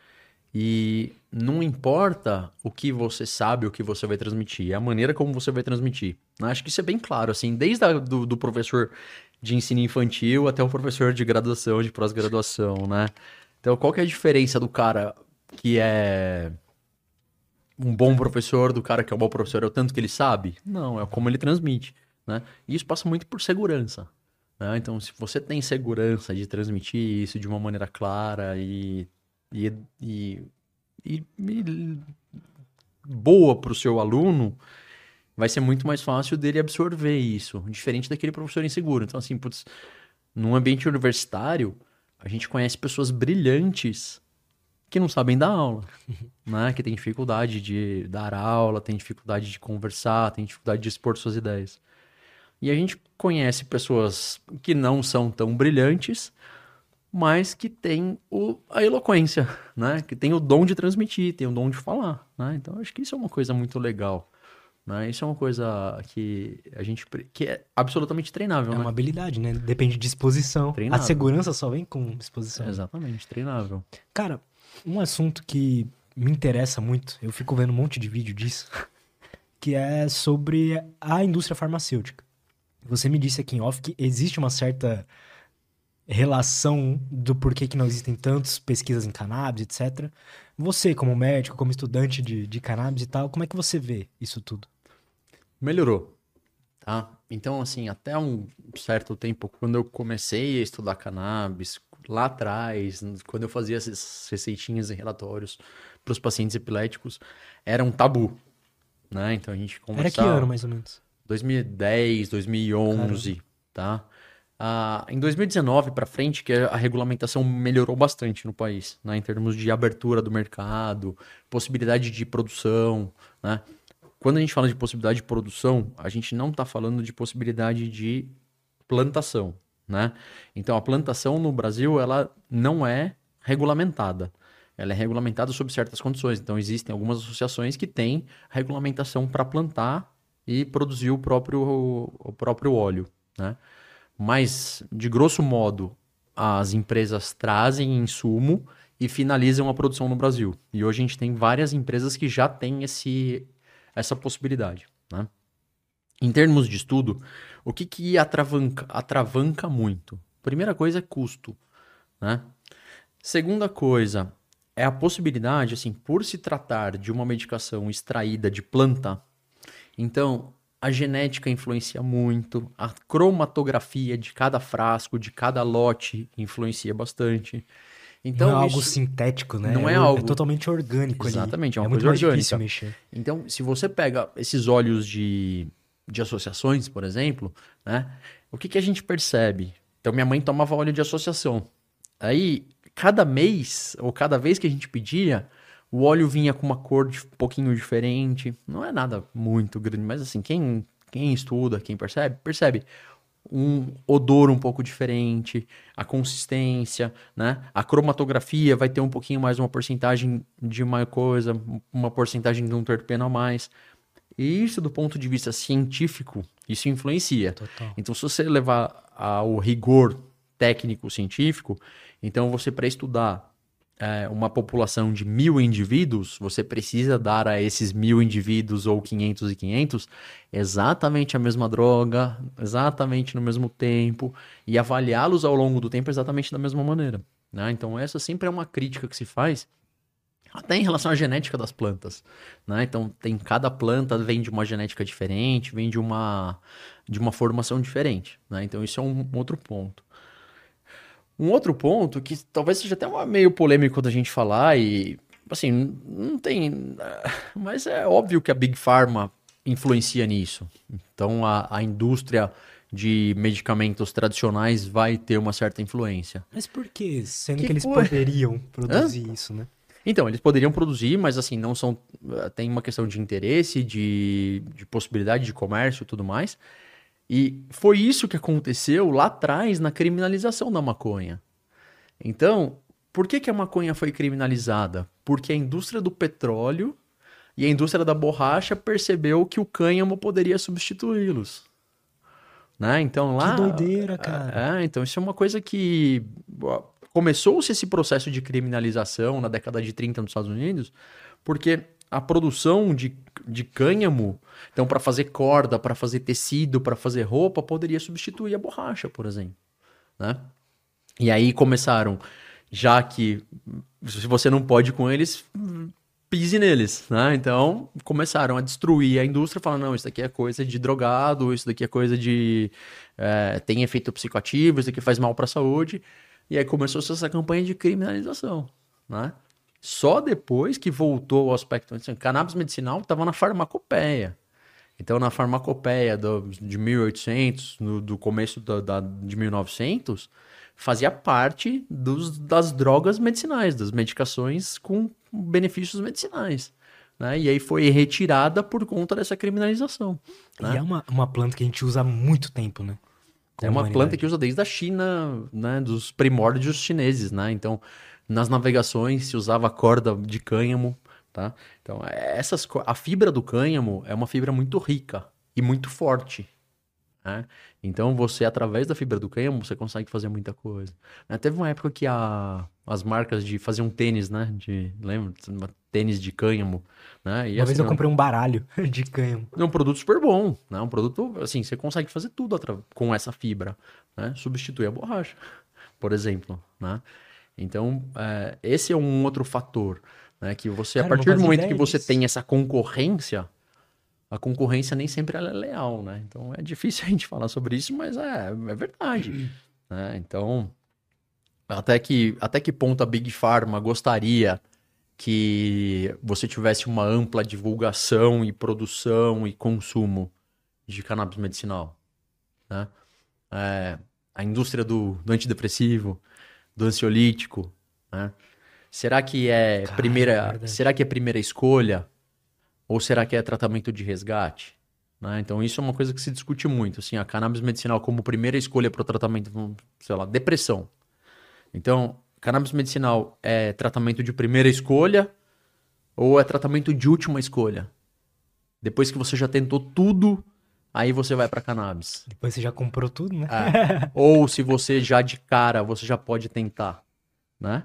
E não importa o que você sabe, o que você vai transmitir, é a maneira como você vai transmitir. né? Acho que isso é bem claro, assim, desde a, do, do professor de ensino infantil até o professor de graduação, de pós-graduação, né? Então, qual que é a diferença do cara que é um bom professor do cara que é um bom professor? É o tanto que ele sabe? Não, é como ele transmite, né? E isso passa muito por segurança, né? Então, se você tem segurança de transmitir isso de uma maneira clara e, e, e, e, e boa para o seu aluno, vai ser muito mais fácil dele absorver isso, diferente daquele professor inseguro. Então, assim, putz, num ambiente universitário, a gente conhece pessoas brilhantes que não sabem dar aula, né? Que tem dificuldade de dar aula, tem dificuldade de conversar, tem dificuldade de expor suas ideias. E a gente conhece pessoas que não são tão brilhantes, mas que têm o, a eloquência, né? Que tem o dom de transmitir, tem o dom de falar, né? Então, acho que isso é uma coisa muito legal. Né? Isso é uma coisa que a gente que é absolutamente treinável, É né? uma habilidade, né? Depende de disposição. Treinável. A segurança só vem com disposição. É exatamente, treinável. Cara, um assunto que me interessa muito, eu fico vendo um monte de vídeo disso, que é sobre a indústria farmacêutica. Você me disse aqui em off que existe uma certa relação do porquê que não existem tantas pesquisas em cannabis, etcétera. Você, como médico, como estudante de, de cannabis e tal, como é que você vê isso tudo? Melhorou, tá? Então, assim, até um certo tempo, quando eu comecei a estudar cannabis, lá atrás, quando eu fazia essas receitinhas e relatórios para os pacientes epiléticos, era um tabu, né? Então, a gente conversava... Era que ano, mais ou menos? dois mil e dez, dois mil e onze, tá? Ah, em dois mil e dezenove para frente, que a regulamentação melhorou bastante no país, né? Em termos de abertura do mercado, possibilidade de produção, né? Quando a gente fala de possibilidade de produção, a gente não está falando de possibilidade de plantação, né? Então, a plantação no Brasil, ela não é regulamentada. Ela é regulamentada sob certas condições. Então, existem algumas associações que têm regulamentação para plantar e produzir o próprio, o próprio óleo, né? Mas, de grosso modo, as empresas trazem insumo e finalizam a produção no Brasil. E hoje a gente tem várias empresas que já têm esse, essa possibilidade, né? Em termos de estudo, o que, que atravanca, atravanca muito? Primeira coisa é custo, né? Segunda coisa é a possibilidade, assim, por se tratar de uma medicação extraída de planta, então a genética influencia muito, a cromatografia de cada frasco, de cada lote influencia bastante. Então, não é algo isso sintético, né? não é é, algo... é totalmente orgânico. Exatamente, ali. é uma é muito coisa mais orgânica. difícil mexer. Então, se você pega esses óleos de, de associações, por exemplo, né? O que, que a gente percebe? Então, minha mãe tomava óleo de associação. Aí, cada mês, ou cada vez que a gente pedia, o óleo vinha com uma cor de, um pouquinho diferente. Não é nada muito grande, mas assim, quem, quem estuda, quem percebe, percebe um odor um pouco diferente, a consistência, né? A cromatografia vai ter um pouquinho mais uma porcentagem de uma coisa, uma porcentagem de um terpeno a mais. E isso, do ponto de vista científico, isso influencia. Total. Então, se você levar ao rigor técnico-científico, então você, para estudar é, uma população de mil indivíduos, você precisa dar a esses mil indivíduos ou quinhentos e quinhentos exatamente a mesma droga, exatamente no mesmo tempo e avaliá-los ao longo do tempo exatamente da mesma maneira, né? Então essa sempre é uma crítica que se faz até em relação à genética das plantas, né? Então tem cada planta vem de uma genética diferente, vem de uma, de uma formação diferente, né? Então isso é um outro ponto. Um outro ponto que talvez seja até uma meio polêmico da gente falar e, assim, não tem... Mas é óbvio que a Big Pharma influencia nisso. Então, a, a indústria de medicamentos tradicionais vai ter uma certa influência. Mas por quê? Sendo que, Que eles foi? poderiam produzir isso, né? Então, eles poderiam produzir, mas assim, não são... Tem uma questão de interesse, de, de possibilidade de comércio e tudo mais. E foi isso que aconteceu lá atrás na criminalização da maconha. Então, por que, que a maconha foi criminalizada? Porque a indústria do petróleo e a indústria da borracha percebeu que o cânhamo poderia substituí-los. Né? Então lá... Que doideira, cara. É, então isso é uma coisa que... Começou-se esse processo de criminalização na década de trinta nos Estados Unidos, porque a produção de, de cânhamo, então para fazer corda, para fazer tecido, para fazer roupa, poderia substituir a borracha, por exemplo, né? E aí começaram, já que se você não pode com eles, pise neles, né? Então começaram a destruir a indústria, falando, não, isso daqui é coisa de drogado, isso daqui é coisa de... É, tem efeito psicoativo, isso daqui faz mal para a saúde. E aí começou essa campanha de criminalização, né? Só depois que voltou o aspecto... Assim, cannabis medicinal estava na farmacopeia. Então, na farmacopeia do, de mil e oitocentos, no, do começo da, da, de mil e novecentos, fazia parte dos, das drogas medicinais, das medicações com benefícios medicinais, né? E aí foi retirada por conta dessa criminalização, né? E é uma, uma planta que a gente usa há muito tempo, né? É uma planta que usa desde a China, né? Dos primórdios chineses, né? Então, nas navegações se usava corda de cânhamo, tá? Então, essas, a fibra do cânhamo é uma fibra muito rica e muito forte, né? Então, você, através da fibra do cânhamo, você consegue fazer muita coisa, né? Teve uma época que a, as marcas de fazer um tênis, né? De, lembra? Tênis de cânhamo, né? E uma assim, vez eu comprei um baralho de cânhamo. É um produto super bom, né? Um produto, assim, você consegue fazer tudo com essa fibra, né? Substituir a borracha, por exemplo, né? Então, é, esse é um outro fator, né? Que você, Cara, a partir do momento que você disso. tem essa concorrência, a concorrência nem sempre ela é leal, né? Então, é difícil a gente falar sobre isso, mas é, é verdade, né? Então, até que, até que ponto a Big Pharma gostaria que você tivesse uma ampla divulgação e produção e consumo de cannabis medicinal, né? É, a indústria do, do antidepressivo, do ansiolítico, né? Será que é Cara, primeira, é será que é primeira escolha ou será que é tratamento de resgate, né? Então isso é uma coisa que se discute muito, assim, a cannabis medicinal como primeira escolha para o tratamento, sei lá, depressão. Então, cannabis medicinal é tratamento de primeira escolha ou é tratamento de última escolha? Depois que você já tentou tudo, aí você vai para cannabis. Depois você já comprou tudo, né? É. Ou se você já de cara, você já pode tentar, né?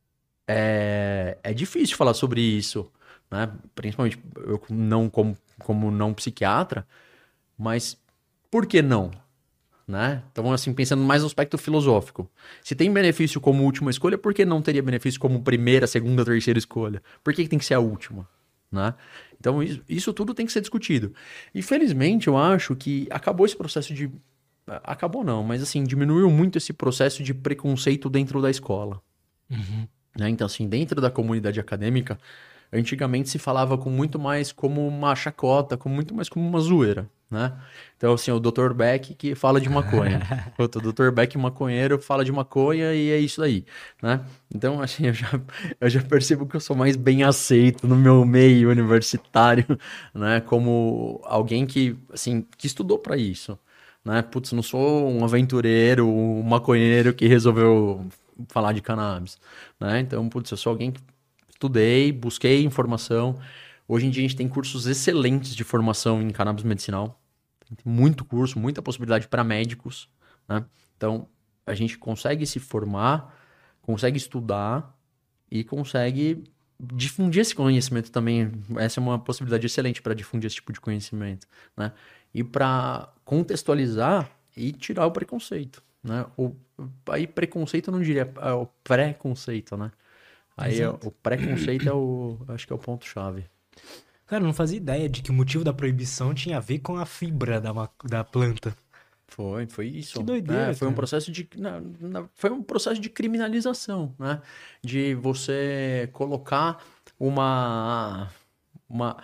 É, é difícil falar sobre isso, né? Principalmente eu não como, como não psiquiatra, mas por que não? Né? Então, assim, pensando mais no aspecto filosófico. Se tem benefício como última escolha, por que não teria benefício como primeira, segunda, terceira escolha? Por que, que tem que ser a última? Né? Então, isso, isso tudo tem que ser discutido. E, felizmente, eu acho que acabou esse processo de... Acabou não, mas, assim, diminuiu muito esse processo de preconceito dentro da escola. Uhum. Né? Então, assim, dentro da comunidade acadêmica, antigamente se falava com muito mais como uma chacota, com muito mais como uma zoeira, né? Então, assim, o doutor Beck que fala de maconha. O doutor Beck maconheiro fala de maconha e é isso aí, né? Então, assim, eu já, eu já percebo que eu sou mais bem aceito no meu meio universitário, né? Como alguém que, assim, que estudou para isso, né? Putz, não sou um aventureiro, um maconheiro que resolveu falar de cannabis, né? Então, putz, eu sou alguém que estudei, busquei informação. Hoje em dia a gente tem cursos excelentes de formação em cannabis medicinal. Tem muito curso, muita possibilidade para médicos, né? Então, a gente consegue se formar, consegue estudar e consegue difundir esse conhecimento também. Essa é uma possibilidade excelente para difundir esse tipo de conhecimento, né? E para contextualizar e tirar o preconceito, né? O, aí preconceito eu não diria, é o preconceito, né? Aí é, o preconceito é o, acho que é o ponto-chave. Cara, eu não fazia ideia de que o motivo da proibição tinha a ver com a fibra da, ma- da planta. Foi, foi isso. Que doideira, É, foi um cara. processo de, na- na- foi um processo de criminalização, né? De você colocar uma, uma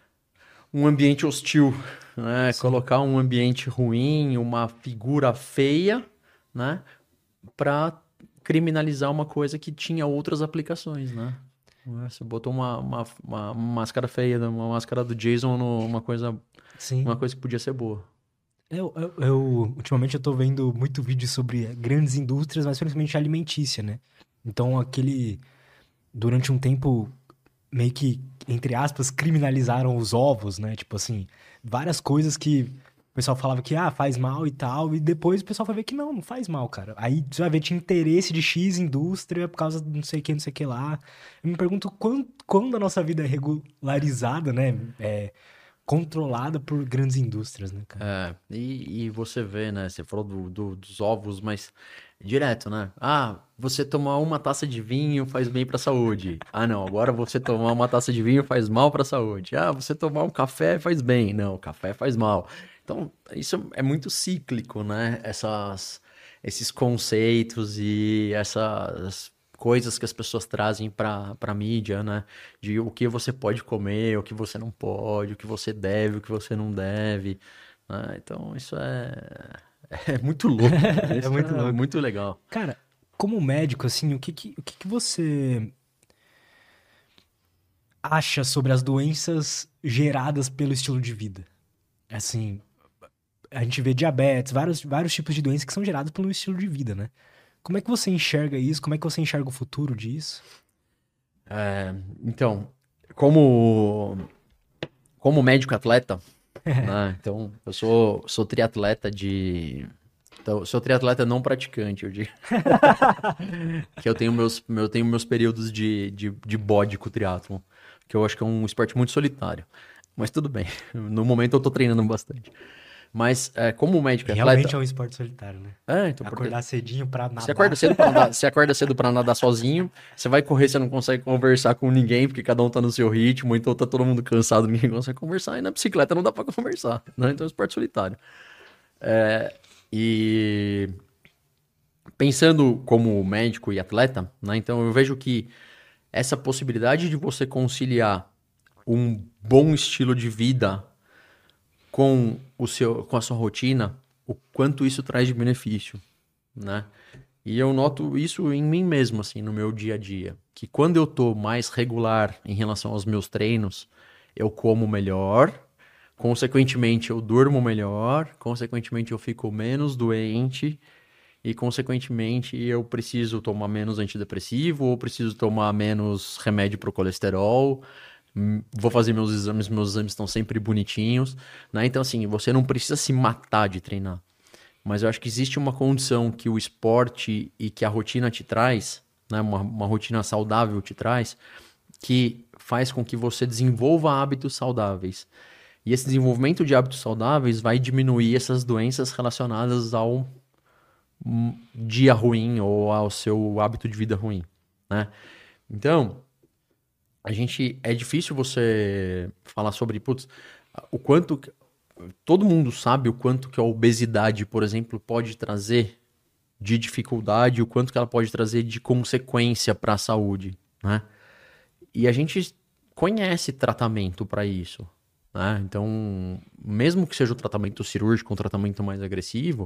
um ambiente hostil, né? Sim. Colocar um ambiente ruim, uma figura feia, né? Para criminalizar uma coisa que tinha outras aplicações, né? Você botou uma, uma, uma máscara feia, uma máscara do Jason numa coisa, Sim. uma coisa que podia ser boa. Eu, eu, eu- ultimamente eu tô vendo muito vídeo sobre grandes indústrias, mas principalmente alimentícia, né? Então, aquele... Durante um tempo, meio que, entre aspas, criminalizaram os ovos, né? Tipo assim, várias coisas que o pessoal falava que, ah, faz mal e tal, e depois o pessoal vai ver que não, não faz mal, cara. Aí você vai ver, tinha interesse de X indústria por causa de não sei o que, não sei o que lá. Eu me pergunto quando, quando a nossa vida é regularizada, né? É controlada por grandes indústrias, né, cara? É, e, e você vê, né? Você falou do, do- dos ovos, mas direto, né? Ah, você tomar uma taça de vinho faz bem pra saúde. Ah, não, agora você tomar uma taça de vinho faz mal pra saúde. Ah, você tomar um café faz bem. Não, café faz mal. Então, isso é muito cíclico, né? Essas, esses conceitos e essas coisas que as pessoas trazem para para mídia, né? De o que você pode comer, o que você não pode, o que você deve, o que você não deve, né? Então, isso é, é muito louco, né? É Isso muito é louco. muito legal. Cara, como médico, assim, o que que, o que que você acha sobre as doenças geradas pelo estilo de vida? Assim, a gente vê diabetes, vários, vários tipos de doenças que são geradas pelo estilo de vida, né? Como é que você enxerga isso? Como é que você enxerga o futuro disso? É, então, como, como médico atleta, né? Então, eu sou, sou triatleta de. Então, eu sou triatleta não praticante, eu digo. Que eu tenho meus, eu tenho meus períodos de, de, de bode com o triatlon, que eu acho que é um esporte muito solitário. Mas tudo bem, no momento eu tô treinando bastante. Mas é, como médico e Realmente atleta. é um esporte solitário, né? É, então, porque Acordar cedinho pra você acorda nadar. cedo pra nadar, você acorda cedo para nadar sozinho, você vai correr, você não consegue conversar com ninguém, porque cada um tá no seu ritmo, então tá todo mundo cansado, ninguém consegue conversar, e na bicicleta não dá pra conversar, né? Então é um esporte solitário. É, e pensando como médico e atleta, né? Então eu vejo que essa possibilidade de você conciliar um bom estilo de vida com o seu, com a sua rotina, o quanto isso traz de benefício, né? E eu noto isso em mim mesmo, assim, no meu dia a dia, que quando eu tô mais regular em relação aos meus treinos, eu como melhor, consequentemente eu durmo melhor, consequentemente eu fico menos doente e consequentemente eu preciso tomar menos antidepressivo ou preciso tomar menos remédio para o colesterol. Hum, Vou fazer meus exames, meus exames estão sempre bonitinhos, né? Então, assim, você não precisa se matar de treinar. Mas eu acho que existe uma condição que o esporte e que a rotina te traz, né? Uma, uma rotina saudável te traz, que faz com que você desenvolva hábitos saudáveis. E esse desenvolvimento de hábitos saudáveis vai diminuir essas doenças relacionadas ao hum, dia ruim ou ao seu hábito de vida ruim, né? Então, a gente é difícil você falar sobre, putz, o quanto que- todo mundo sabe o quanto que a obesidade, por exemplo, pode trazer de dificuldade, o quanto que ela pode trazer de consequência para a saúde, né? E a gente conhece tratamento para isso, né? Então, mesmo que seja o tratamento cirúrgico, um tratamento mais agressivo,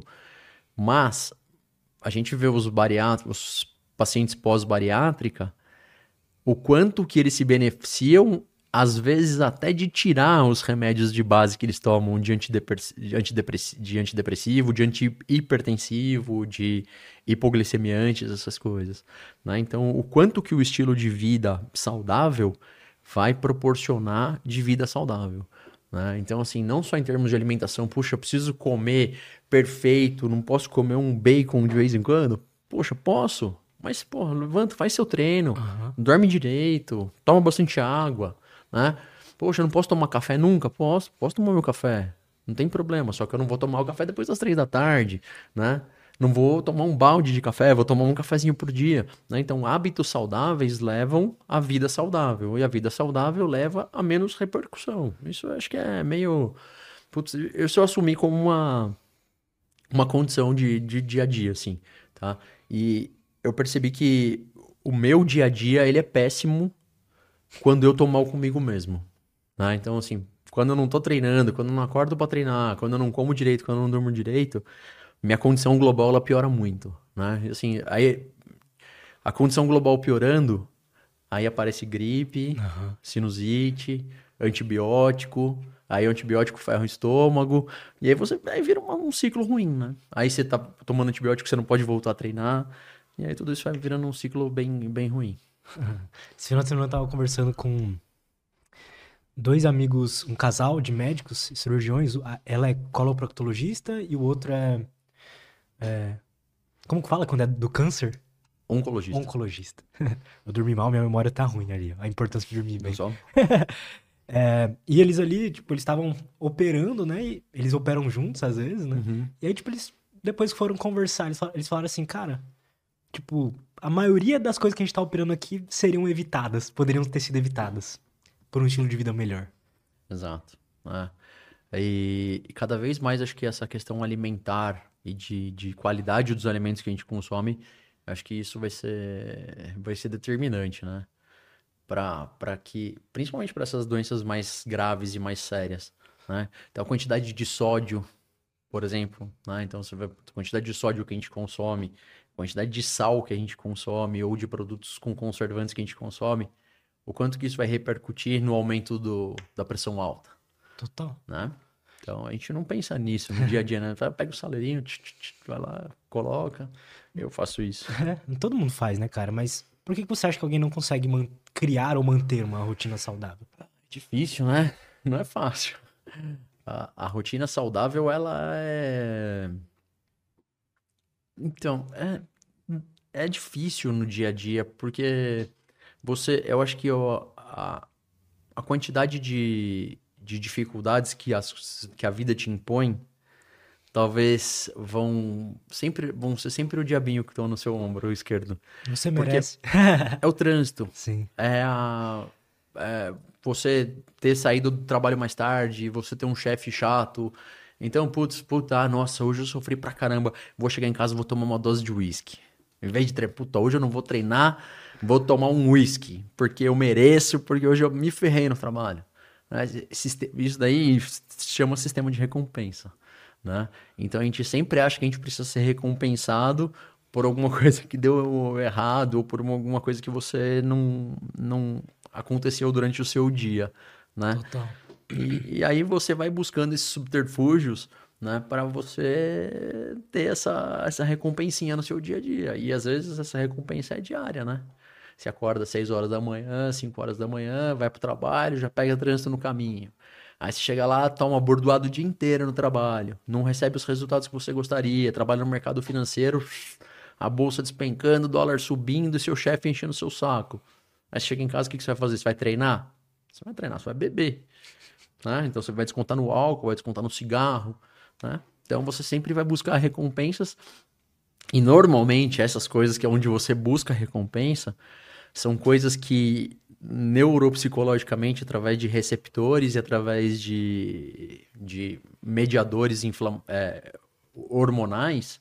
mas a gente vê os bariátricos, os pacientes pós-bariátrica, o quanto que eles se beneficiam, às vezes até de tirar os remédios de base que eles tomam de, antidepress... de, antidepress... de antidepressivo, de antihipertensivo, de hipoglicemiantes, essas coisas, né? Então, o quanto que o estilo de vida saudável vai proporcionar de vida saudável, né? Então, assim, não só em termos de alimentação, puxa, eu preciso comer perfeito, não posso comer um bacon de vez em quando? Poxa, posso, mas, porra, levanta, faz seu treino, Aham. dorme direito, toma bastante água, né? Poxa, eu não posso tomar café nunca? Posso, posso tomar meu café, não tem problema, só que eu não vou tomar o café depois das três da tarde, né? Não vou tomar um balde de café, vou tomar um cafezinho por dia, né? Então, hábitos saudáveis levam à vida saudável, e a vida saudável leva a menos repercussão. Isso eu acho que é meio... Putz, eu só assumi como uma, uma condição de, de dia a dia, assim, tá? E eu percebi que o meu dia a dia, ele é péssimo quando eu tô mal comigo mesmo, né? Então, assim, quando eu não tô treinando, quando eu não acordo pra treinar, quando eu não como direito, quando eu não durmo direito, minha condição global, ela piora muito, né? E, assim, aí a condição global piorando, aí aparece gripe, Aham. sinusite, antibiótico, aí o antibiótico ferra o estômago, e aí você aí vira uma- um ciclo ruim, né? Aí você tá tomando antibiótico, você não pode voltar a treinar, e aí tudo isso vai virando um ciclo bem, bem ruim. Esse final de semana eu tava conversando com dois amigos, um casal de médicos, cirurgiões, a- ela é coloproctologista e o outro é, é, como que fala quando é do câncer? Oncologista. Oncologista. Eu dormi mal, minha memória tá ruim ali, ó, a importância de dormir Viu bem. só? É, e eles ali, tipo, eles estavam operando, né? E eles operam juntos às vezes, né? Uhum. E aí, tipo, eles, depois que foram conversar, eles, fal- eles falaram assim, cara, tipo, a maioria das coisas que a gente tá operando aqui seriam evitadas, poderiam ter sido evitadas por um estilo de vida melhor. Exato. É. E, e cada vez mais acho que essa questão alimentar e de, de qualidade dos alimentos que a gente consome, acho que isso vai ser, vai ser determinante, né? Para para que, principalmente para essas doenças mais graves e mais sérias, né? Então, a quantidade de sódio, por exemplo, né? Então, você vê a quantidade de sódio que a gente consome, a quantidade de sal que a gente consome ou de produtos com conservantes que a gente consome, o quanto que isso vai repercutir no aumento do, da pressão alta, Total. né? Então, a gente não pensa nisso no dia a dia, né? Vai, pega o saleirinho, tch, tch, tch, vai lá, coloca. Eu faço isso. É, todo mundo faz, né, cara? Mas por que que você acha que alguém não consegue man- criar ou manter uma rotina saudável? Difícil, né? Não é fácil. A, a rotina saudável, ela é... Então, é, é difícil no dia a dia, porque você, eu acho que ó, a, a quantidade de, de dificuldades que, as, que a vida te impõe, talvez vão sempre, vão ser sempre o diabinho que estão no seu ombro esquerdo. Você Porque merece. é o trânsito, Sim. é a... é você ter saído do trabalho mais tarde, você ter um chefe chato. Então, putz, puta, ah, nossa, hoje eu sofri pra caramba. Vou chegar em casa e vou tomar uma dose de uísque. Em vez de treinar, puta, hoje eu não vou treinar, vou tomar um uísque, porque eu mereço, porque hoje eu me ferrei no trabalho. Né? Siste- Isso daí se chama sistema de recompensa, né? Então a gente sempre acha que a gente precisa ser recompensado por alguma coisa que deu errado ou por uma- alguma coisa que você não, não aconteceu durante o seu dia, né? Total. E, e aí você vai buscando esses subterfúgios, né, para você ter essa, essa recompensinha no seu dia a dia. E às vezes essa recompensa é diária, né? Você acorda às seis horas da manhã, cinco horas da manhã, vai pro trabalho, já pega trânsito no caminho. Aí você chega lá, toma bordoado o dia inteiro no trabalho, não recebe os resultados que você gostaria, trabalha no mercado financeiro, a bolsa despencando, o dólar subindo e seu chefe enchendo o seu saco. Aí você chega em casa, o que que você vai fazer? Você vai treinar? Você vai treinar, você vai beber, né? Então você vai descontar no álcool, vai descontar no cigarro, né? Então você sempre vai buscar recompensas e normalmente essas coisas que é onde você busca recompensa são coisas que neuropsicologicamente, através de receptores e através de, de mediadores inflam- é, hormonais,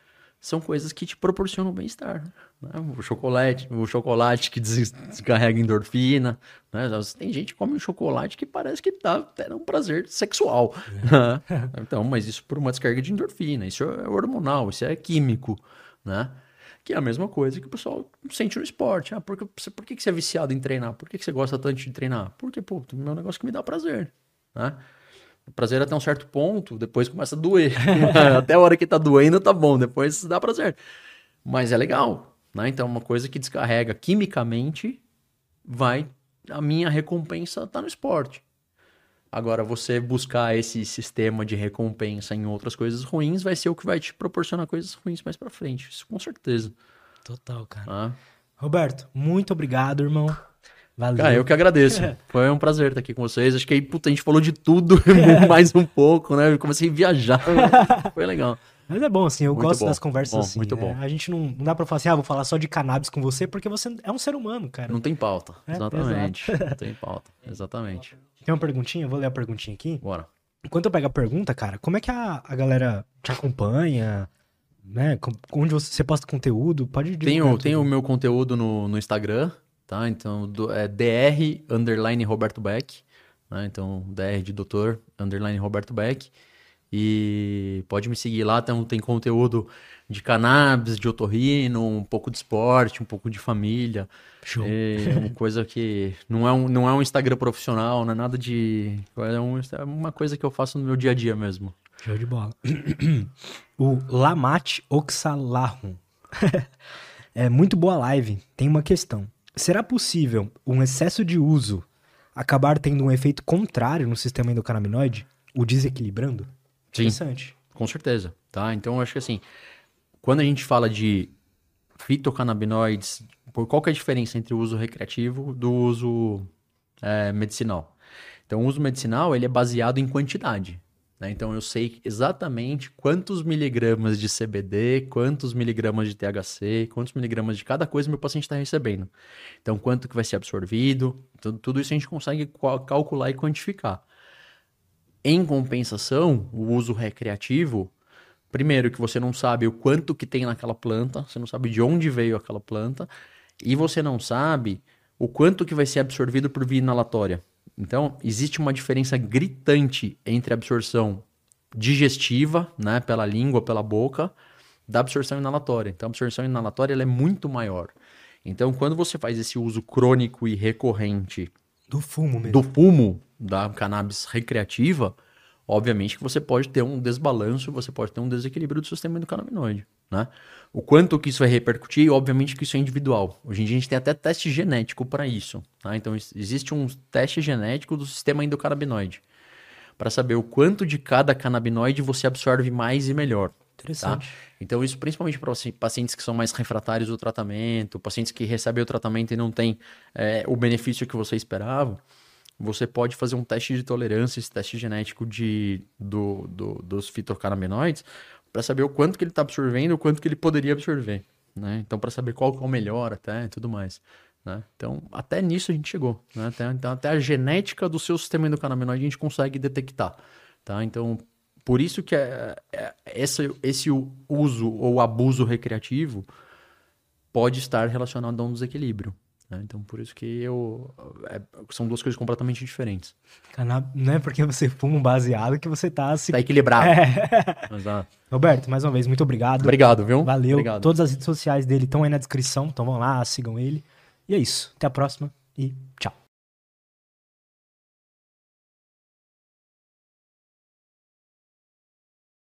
são coisas que te proporcionam bem-estar, né? O chocolate, o chocolate que des- descarrega endorfina, né? Tem gente que come um chocolate que parece que dá até um prazer sexual, né? Então, mas isso por uma descarga de endorfina, isso é hormonal, isso é químico, né? Que é a mesma coisa que o pessoal sente no esporte. Ah, por que, por que que você é viciado em treinar? Por que que você gosta tanto de treinar? Porque, pô, é um negócio que me dá prazer, né? O prazer até um certo ponto, depois começa a doer. Até a hora que tá doendo, tá bom, depois dá prazer. Mas é legal, né? Então, uma coisa que descarrega quimicamente, vai. A minha recompensa tá no esporte. Agora, você buscar esse sistema de recompensa em outras coisas ruins vai ser o que vai te proporcionar coisas ruins mais pra frente. Isso com certeza. Total, cara. Tá? Roberto, muito obrigado, irmão. Cara, eu Valeu. que agradeço. Foi um prazer estar aqui com vocês. Acho que aí, puta, a gente falou de tudo, mais um pouco, né? Eu comecei a viajar. Foi legal. Mas é bom, assim, eu Muito gosto bom. das conversas Bom, assim, muito né? bom. A gente não, não dá pra falar assim, ah, vou falar só de cannabis com você, porque você é um ser humano, cara. Não tem pauta. É, Exatamente. exato. Não tem pauta. Exatamente. Tem uma perguntinha? Eu vou ler a perguntinha aqui. Bora. Enquanto eu pego a pergunta, cara, como é que a, a galera te acompanha, né? Com- Onde você, você posta conteúdo? Pode divulgar Tenho, tudo. tenho o meu conteúdo no, no Instagram, tá? Então, do, é dr underline Roberto Beck, né? Então, dr de doutor underline Roberto Beck. E pode me seguir lá, então tem conteúdo de cannabis, de otorrino, um pouco de esporte, um pouco de família. Show. É uma coisa que não é um, não é um Instagram profissional, não é nada de... É, um- é uma coisa que eu faço no meu dia a dia mesmo. Show de bola. O Lamat Oxalahum. É muito boa live. Tem uma questão. Será possível um excesso de uso acabar tendo um efeito contrário no sistema endocannabinoide, o desequilibrando? Sim. Interessante. Com certeza, tá? Então, eu acho que assim, quando a gente fala de fitocannabinoides, por qual que é a diferença entre o uso recreativo do uso é, medicinal? Então, o uso medicinal, ele é baseado em quantidade, né? Então, eu sei exatamente quantos miligramas de C B D, quantos miligramas de T H C, quantos miligramas de cada coisa meu paciente está recebendo. Então, quanto que vai ser absorvido, tudo, tudo isso a gente consegue calcular e quantificar. Em compensação, o uso recreativo, primeiro que você não sabe o quanto que tem naquela planta, você não sabe de onde veio aquela planta, e você não sabe o quanto que vai ser absorvido por via inalatória. Então, existe uma diferença gritante entre a absorção digestiva, né, pela língua, pela boca, da absorção inalatória. Então, a absorção inalatória ela é muito maior. Então, quando você faz esse uso crônico e recorrente Do fumo mesmo. do fumo da cannabis recreativa, obviamente que você pode ter um desbalanço, você pode ter um desequilíbrio do sistema endocannabinoide, né? O quanto que isso vai repercutir, obviamente que isso é individual. Hoje em dia a gente tem até teste genético para isso, tá? Então existe um teste genético do sistema endocannabinoide para saber o quanto de cada canabinoide você absorve mais e melhor. Interessante. Tá? Então isso principalmente para pacientes que são mais refratários ao tratamento, pacientes que recebem o tratamento e não têm é, o benefício que você esperava, você pode fazer um teste de tolerância, esse teste genético de, do, do, dos fitocannabinoides, para saber o quanto que ele está absorvendo, o quanto que ele poderia absorver, né? Então, para saber qual que é o melhor até e tudo mais, né? Então, até nisso a gente chegou, né? Até, então, até a genética do seu sistema endocannabinoide a gente consegue detectar, tá? Então, por isso que é, é, esse, esse uso ou abuso recreativo pode estar relacionado a um desequilíbrio. Então, por isso que eu... É, são duas coisas completamente diferentes. Canab... Não é porque você fuma um baseado que você tá se... Tá equilibrado. É. Exato. Roberto, mais uma vez, muito obrigado. Obrigado, viu? Valeu. Obrigado. Todas as redes sociais dele estão aí na descrição, então vão lá, sigam ele. E é isso. Até a próxima e tchau.